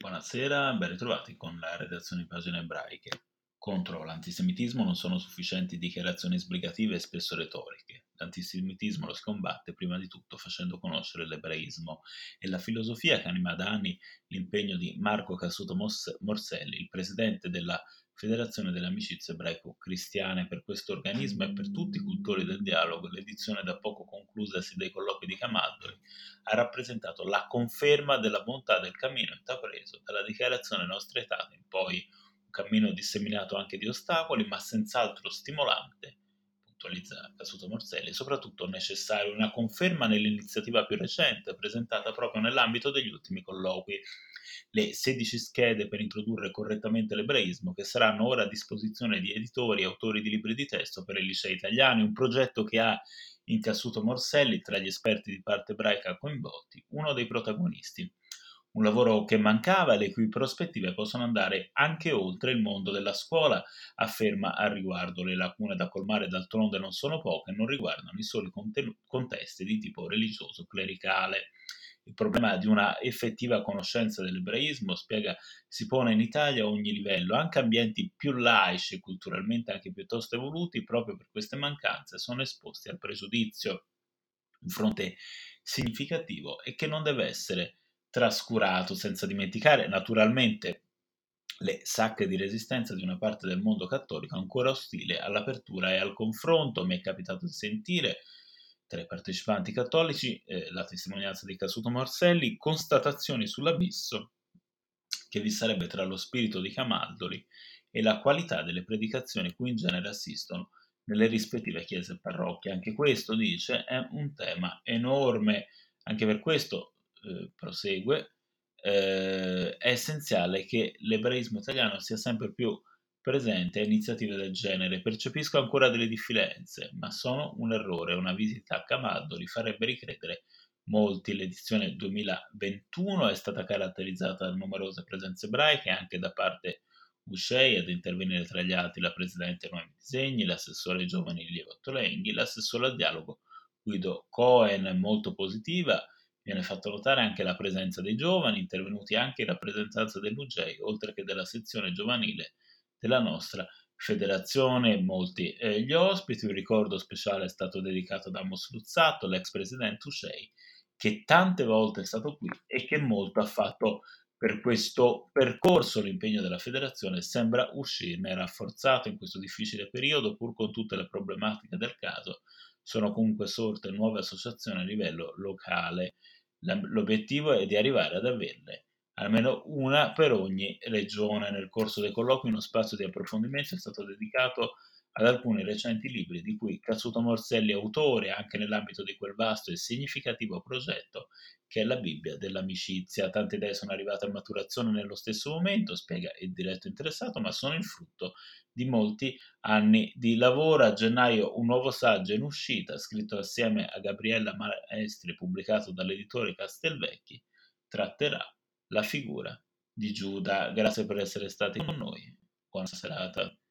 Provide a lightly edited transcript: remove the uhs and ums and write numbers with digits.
Buonasera, ben ritrovati con la redazione di Pagine Ebraiche. Contro l'antisemitismo non sono sufficienti dichiarazioni sbrigative e spesso retoriche. L'antisemitismo lo si combatte prima di tutto facendo conoscere l'ebraismo e la filosofia che anima da anni l'impegno di Marco Cassuto Morselli, il presidente della Federazione delle Amicizie Ebraico-Cristiane. Per questo organismo e per tutti i cultori del dialogo, l'edizione da poco conclusasi dei colloqui di Camaldoli ha rappresentato la conferma della bontà del cammino intrapreso dalla dichiarazione nostra età in poi, un cammino disseminato anche di ostacoli, ma senz'altro stimolante, puntualizza Casuto Morselli, e soprattutto necessario una conferma nell'iniziativa più recente, presentata proprio nell'ambito degli ultimi colloqui. Le 16 schede per introdurre correttamente l'ebraismo, che saranno ora a disposizione di editori e autori di libri di testo per i licei italiani, un progetto che ha incassuto Morselli tra gli esperti di parte ebraica coinvolti, uno dei protagonisti. Un lavoro che mancava e le cui prospettive possono andare anche oltre il mondo della scuola, afferma al riguardo. Le lacune da colmare d'altronde non sono poche e non riguardano i soli contesti di tipo religioso clericale. Il problema di una effettiva conoscenza dell'ebraismo, spiega, si pone in Italia a ogni livello, anche ambienti più laici e culturalmente anche piuttosto evoluti, proprio per queste mancanze sono esposti al pregiudizio. Un fronte significativo e che non deve essere trascurato, senza dimenticare naturalmente le sacche di resistenza di una parte del mondo cattolico ancora ostile all'apertura e al confronto. Mi è capitato di sentire tra i partecipanti cattolici, la testimonianza di Casuto Morselli, constatazioni sull'abisso che vi sarebbe tra lo spirito di Camaldoli e la qualità delle predicazioni cui in genere assistono nelle rispettive chiese e parrocchie. Anche questo, dice, è un tema enorme. Anche per questo, prosegue, è essenziale che l'ebraismo italiano sia sempre più presente a iniziative del genere. Percepisco ancora delle diffidenze, ma sono un errore. Una visita a Camaldoli farebbe ricredere molti. L'edizione 2021 è stata caratterizzata da numerose presenze ebraiche anche da parte USCEI, ad intervenire tra gli altri la presidente Noemi Disegni, l'assessore ai giovani Lieva Ottolenghi, l'assessore al dialogo Guido Cohen, molto positiva. Viene fatto notare anche la presenza dei giovani, intervenuti anche in rappresentanza dell'UGEI, oltre che della sezione giovanile della nostra federazione. Molti gli ospiti. Un ricordo speciale è stato dedicato ad Amos Luzzatto, l'ex presidente USCEI, che tante volte è stato qui e che molto ha fatto per questo percorso. L'impegno della federazione sembra uscirne rafforzato in questo difficile periodo, pur con tutte le problematiche del caso. Sono comunque sorte nuove associazioni a livello locale. L'obiettivo è di arrivare ad averne almeno una per ogni regione. Nel corso dei colloqui uno spazio di approfondimento è stato dedicato ad alcuni recenti libri di cui Cazzuto Morselli è autore, anche nell'ambito di quel vasto e significativo progetto che è la Bibbia dell'amicizia. Tante idee sono arrivate a maturazione nello stesso momento, spiega il diretto interessato, ma sono il frutto di molti anni di lavoro. A gennaio un nuovo saggio è in uscita, scritto assieme a Gabriella Maestri, pubblicato dall'editore Castelvecchi, tratterà la figura di Giuda. Grazie per essere stati con noi. Buona serata.